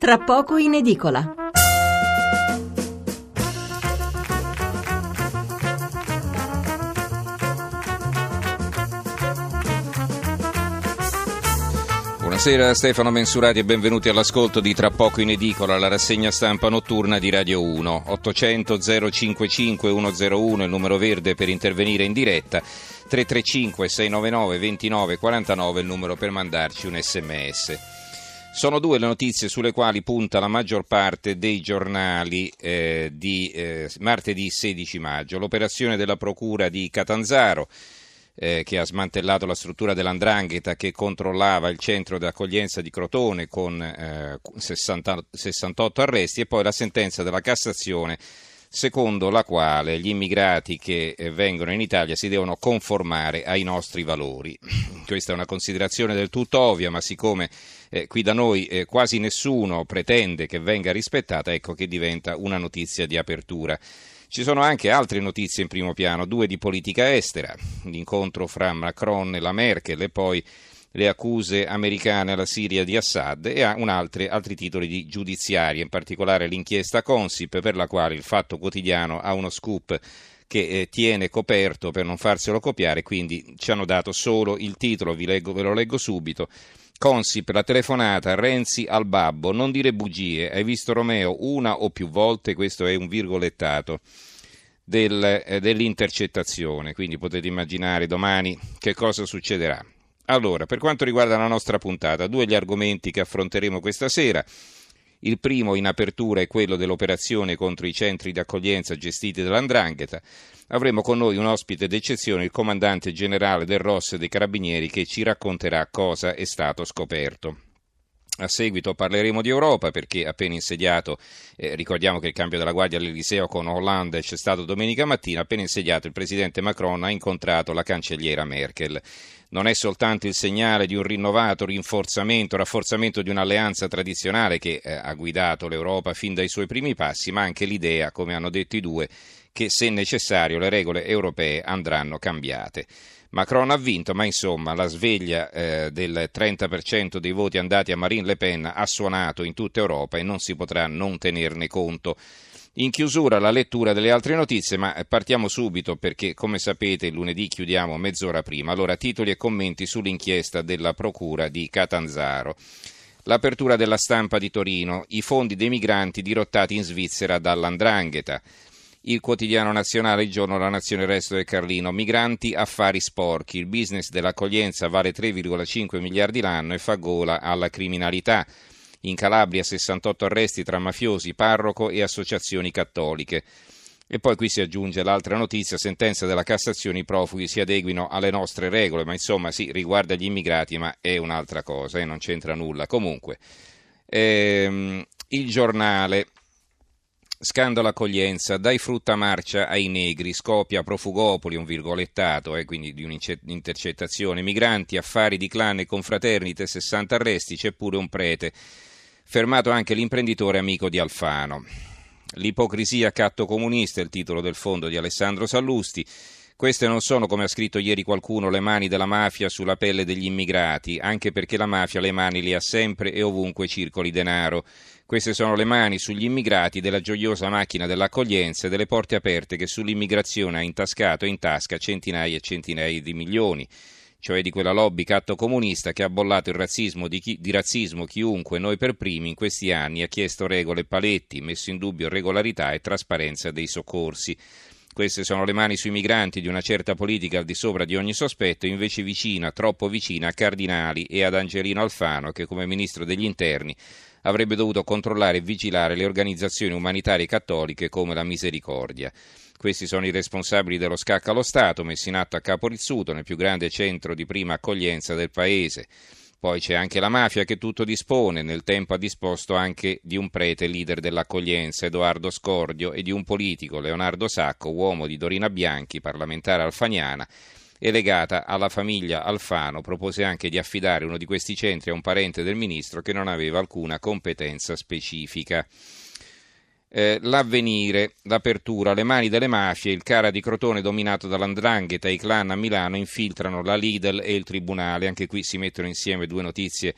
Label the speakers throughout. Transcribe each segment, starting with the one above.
Speaker 1: Tra poco in edicola.
Speaker 2: Buonasera, Stefano Mensurati e benvenuti all'ascolto di Tra poco in edicola, la rassegna stampa notturna di Radio 1. 800 055 101 il numero verde per intervenire in diretta, 335 699 29 49 il numero per mandarci un sms. Sono due le notizie sulle quali punta la maggior parte dei giornali di martedì 16 maggio. L'operazione della procura di Catanzaro, che ha smantellato la struttura dell''ndrangheta che controllava il centro d'accoglienza di Crotone con 68 arresti, e poi la sentenza della Cassazione secondo la quale gli immigrati che vengono in Italia si devono conformare ai nostri valori. Questa è una considerazione del tutto ovvia, ma siccome qui da noi quasi nessuno pretende che venga rispettata, ecco che diventa una notizia di apertura. Ci sono anche altre notizie in primo piano, due di politica estera, l'incontro fra Macron e la Merkel e poi le accuse americane alla Siria di Assad, e altri titoli di giudiziaria, in particolare l'inchiesta Consip, per la quale il Fatto Quotidiano ha uno scoop che tiene coperto per non farselo copiare, quindi ci hanno dato solo il titolo, ve lo leggo subito. Consip, la telefonata, Renzi al babbo, non dire bugie, hai visto Romeo una o più volte, questo è un virgolettato dell'intercettazione, quindi potete immaginare domani che cosa succederà. Allora, per quanto riguarda la nostra puntata, due gli argomenti che affronteremo questa sera. Il primo in apertura è quello dell'operazione contro i centri di accoglienza gestiti dall''ndrangheta. Avremo con noi un ospite d'eccezione, il comandante generale del ROS e dei Carabinieri, che ci racconterà cosa è stato scoperto. A seguito parleremo di Europa, perché appena insediato, ricordiamo che il cambio della guardia all'Eliseo con Hollande c'è stato domenica mattina, appena insediato il presidente Macron ha incontrato la cancelliera Merkel. Non è soltanto il segnale di un rinnovato rafforzamento di un'alleanza tradizionale che ha guidato l'Europa fin dai suoi primi passi, ma anche l'idea, come hanno detto i due, che se necessario le regole europee andranno cambiate. Macron ha vinto, ma insomma la sveglia del 30% dei voti andati a Marine Le Pen ha suonato in tutta Europa e non si potrà non tenerne conto. In chiusura la lettura delle altre notizie, ma partiamo subito perché, come sapete, lunedì chiudiamo mezz'ora prima. Allora, titoli e commenti sull'inchiesta della procura di Catanzaro. L'apertura della Stampa di Torino, i fondi dei migranti dirottati in Svizzera dall''ndrangheta. Il quotidiano nazionale, Il Giorno, La Nazione, Il Resto del Carlino, migranti, affari sporchi, il business dell'accoglienza vale 3,5 miliardi l'anno e fa gola alla criminalità. In Calabria 68 arresti tra mafiosi, parroco e associazioni cattoliche. E poi qui si aggiunge l'altra notizia, sentenza della Cassazione, i profughi si adeguino alle nostre regole, ma insomma sì, riguarda gli immigrati, ma è un'altra cosa, non c'entra nulla. Comunque, Il Giornale, scandalo accoglienza, dai frutta marcia ai negri, scoppia Profugopoli, un virgolettato, quindi di un'intercettazione, migranti, affari di clan e confraternite, 60 arresti, c'è pure un prete. Fermato anche l'imprenditore amico di Alfano. L'ipocrisia catto comunista è il titolo del fondo di Alessandro Sallusti. Queste non sono, come ha scritto ieri qualcuno, le mani della mafia sulla pelle degli immigrati, anche perché la mafia le mani le ha sempre e ovunque circoli denaro. Queste sono le mani sugli immigrati della gioiosa macchina dell'accoglienza e delle porte aperte che sull'immigrazione ha intascato e in tasca centinaia e centinaia di milioni. Cioè di quella lobby catto-comunista che ha bollato il razzismo di razzismo chiunque, noi per primi, in questi anni ha chiesto regole e paletti, messo in dubbio regolarità e trasparenza dei soccorsi. Queste sono le mani sui migranti di una certa politica al di sopra di ogni sospetto, invece vicina, troppo vicina a Cardinali e ad Angelino Alfano, che come ministro degli interni avrebbe dovuto controllare e vigilare le organizzazioni umanitarie cattoliche come la Misericordia. Questi sono i responsabili dello scacco allo Stato messo in atto a Capo Rizzuto, nel più grande centro di prima accoglienza del paese. Poi c'è anche la mafia che tutto dispone, nel tempo ha disposto anche di un prete leader dell'accoglienza, Edoardo Scordio, e di un politico, Leonardo Sacco, uomo di Dorina Bianchi, parlamentare alfaniana, e legata alla famiglia Alfano, propose anche di affidare uno di questi centri a un parente del ministro che non aveva alcuna competenza specifica. L'Avvenire, l'apertura, le mani delle mafie, il CARA di Crotone dominato dall''ndrangheta, i clan a Milano infiltrano la Lidl e il tribunale. Anche qui si mettono insieme due notizie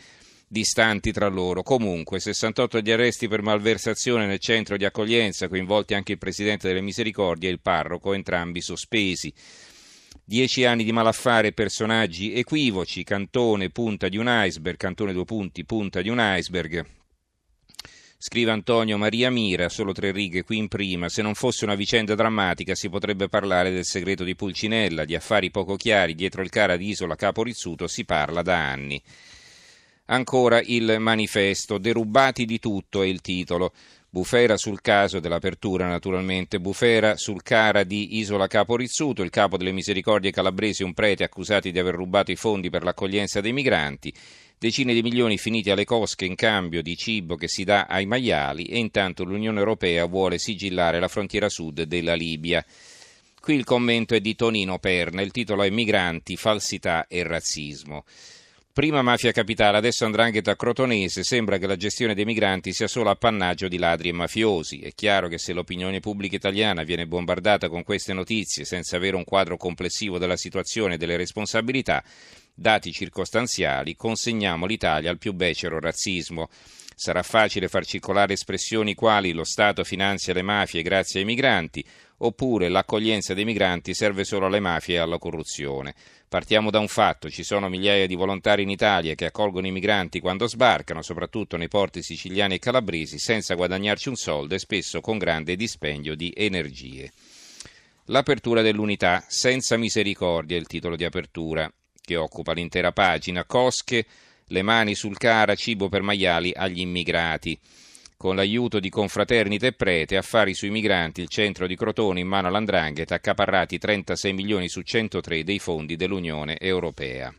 Speaker 2: distanti tra loro. Comunque, 68 gli arresti per malversazione nel centro di accoglienza, coinvolti anche il presidente delle Misericordie e il parroco, entrambi sospesi. 10 anni di malaffare e personaggi equivoci, Cantone, punta di un iceberg, Cantone 2 punti, punta di un iceberg. Scrive Antonio Maria Mira, solo 3 righe qui in prima: se non fosse una vicenda drammatica si potrebbe parlare del segreto di Pulcinella, di affari poco chiari, dietro il CARA di Isola Capo Rizzuto si parla da anni. Ancora il manifesto, derubati di tutto è il titolo. Bufera sul caso dell'apertura, naturalmente. Bufera sul CARA di Isola Capo Rizzuto, il capo delle Misericordie calabresi e un prete accusati di aver rubato i fondi per l'accoglienza dei migranti. Decine di milioni finiti alle cosche in cambio di cibo che si dà ai maiali, e intanto l'Unione Europea vuole sigillare la frontiera sud della Libia. Qui il commento è di Tonino Perna, il titolo è Migranti, falsità e razzismo. Prima mafia capitale, adesso 'ndrangheta crotonese, sembra che la gestione dei migranti sia solo appannaggio di ladri e mafiosi. È chiaro che se l'opinione pubblica italiana viene bombardata con queste notizie senza avere un quadro complessivo della situazione e delle responsabilità, dati circostanziali, consegniamo l'Italia al più becero razzismo. Sarà facile far circolare espressioni quali lo Stato finanzia le mafie grazie ai migranti, oppure l'accoglienza dei migranti serve solo alle mafie e alla corruzione. Partiamo da un fatto: ci sono migliaia di volontari in Italia che accolgono i migranti quando sbarcano, soprattutto nei porti siciliani e calabresi, senza guadagnarci un soldo e spesso con grande dispendio di energie. L'apertura dell'Unità, senza misericordia è il titolo di apertura, che occupa l'intera pagina. Cosche, le mani sul CARA, cibo per maiali agli immigrati. Con l'aiuto di confraternite e prete, affari sui migranti, il centro di Crotone in mano all''ndrangheta, accaparrati 36 milioni su 103 dei fondi dell'Unione Europea.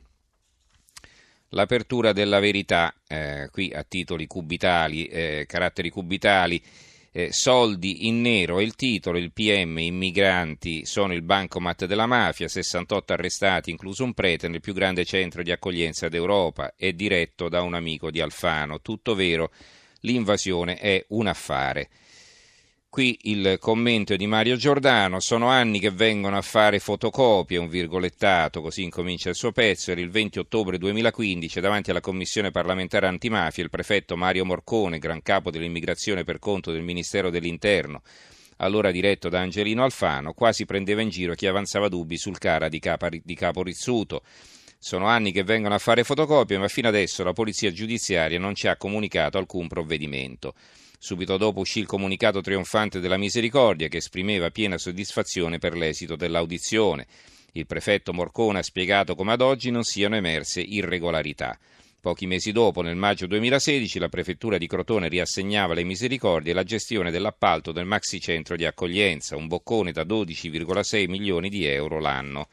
Speaker 2: L'apertura della Verità, qui a titoli cubitali, caratteri cubitali, soldi in nero è il titolo, il PM, i migranti sono il bancomat della mafia, 68 arrestati, incluso un prete, nel più grande centro di accoglienza d'Europa, è diretto da un amico di Alfano. Tutto vero, l'invasione è un affare. Qui il commento è di Mario Giordano: sono anni che vengono a fare fotocopie, un virgolettato, così incomincia il suo pezzo. Era il 20 ottobre 2015, davanti alla Commissione parlamentare antimafia, il prefetto Mario Morcone, gran capo dell'immigrazione per conto del Ministero dell'Interno, allora diretto da Angelino Alfano, quasi prendeva in giro chi avanzava dubbi sul CARA di Capo Rizzuto. Sono anni che vengono a fare fotocopie, ma fino adesso la polizia giudiziaria non ci ha comunicato alcun provvedimento. Subito dopo uscì il comunicato trionfante della Misericordia, che esprimeva piena soddisfazione per l'esito dell'audizione. Il prefetto Morcone ha spiegato come ad oggi non siano emerse irregolarità. Pochi mesi dopo, nel maggio 2016, la prefettura di Crotone riassegnava alle Misericordie la gestione dell'appalto del maxicentro di accoglienza, un boccone da 12,6 milioni di euro l'anno.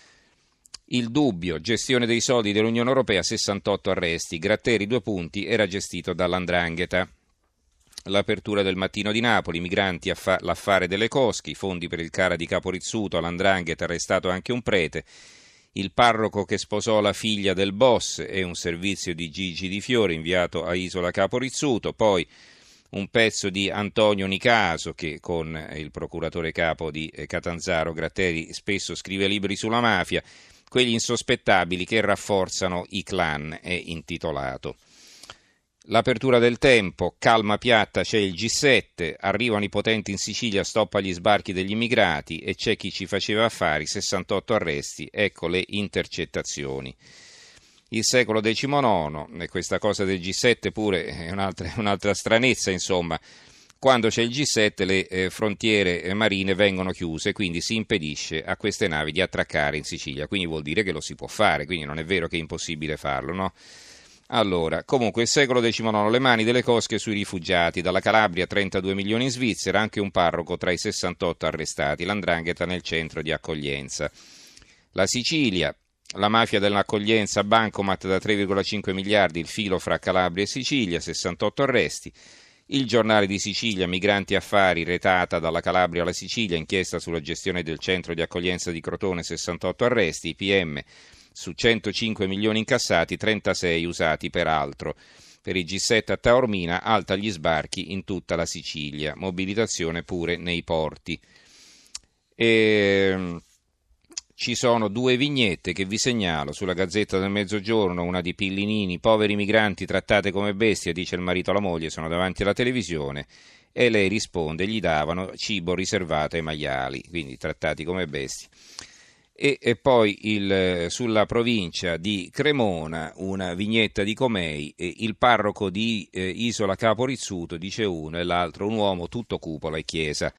Speaker 2: Il dubbio, gestione dei soldi dell'Unione Europea, 68 arresti, Gratteri 2 punti, era gestito dall''ndrangheta. L'apertura del Mattino di Napoli, migranti, l'affare delle cosche, fondi per il CARA di Capo Rizzuto, all''ndrangheta arrestato anche un prete, il parroco che sposò la figlia del boss e un servizio di Gigi Di Fiore inviato a Isola Capo Rizzuto, poi un pezzo di Antonio Nicaso, che con il procuratore capo di Catanzaro Gratteri spesso scrive libri sulla mafia, quegli insospettabili che rafforzano i clan, è intitolato. L'apertura del Tempo, calma piatta, c'è il G7, arrivano i potenti in Sicilia, stoppa gli sbarchi degli immigrati e c'è chi ci faceva affari, 68 arresti, ecco le intercettazioni. Il secolo XIX, e questa cosa del G7 pure è un'altra stranezza, insomma. Quando c'è il G7 le frontiere marine vengono chiuse, quindi si impedisce a queste navi di attraccare in Sicilia, quindi vuol dire che lo si può fare, quindi non è vero che è impossibile farlo, no? Allora, comunque il secolo XIX, le mani delle cosche sui rifugiati, dalla Calabria 32 milioni in Svizzera, anche un parroco tra i 68 arrestati, l''ndrangheta nel centro di accoglienza. La Sicilia, la mafia dell'accoglienza, bancomat da 3,5 miliardi, il filo fra Calabria e Sicilia, 68 arresti. Il Giornale di Sicilia, migranti affari, retata dalla Calabria alla Sicilia, inchiesta sulla gestione del centro di accoglienza di Crotone, 68 arresti, i PM, su 105 milioni incassati, 36 usati per altro. Per il G7 a Taormina, alta gli sbarchi in tutta la Sicilia, mobilitazione pure nei porti. ci sono due vignette che vi segnalo sulla Gazzetta del Mezzogiorno, una di Pillinini, poveri migranti trattate come bestie, dice il marito alla moglie, sono davanti alla televisione, e lei risponde, gli davano cibo riservato ai maiali, quindi trattati come bestie. E poi sulla provincia di Cremona una vignetta di Comei, il parroco di Isola Capo Rizzuto, dice uno, e l'altro un uomo tutto cupola e chiesa.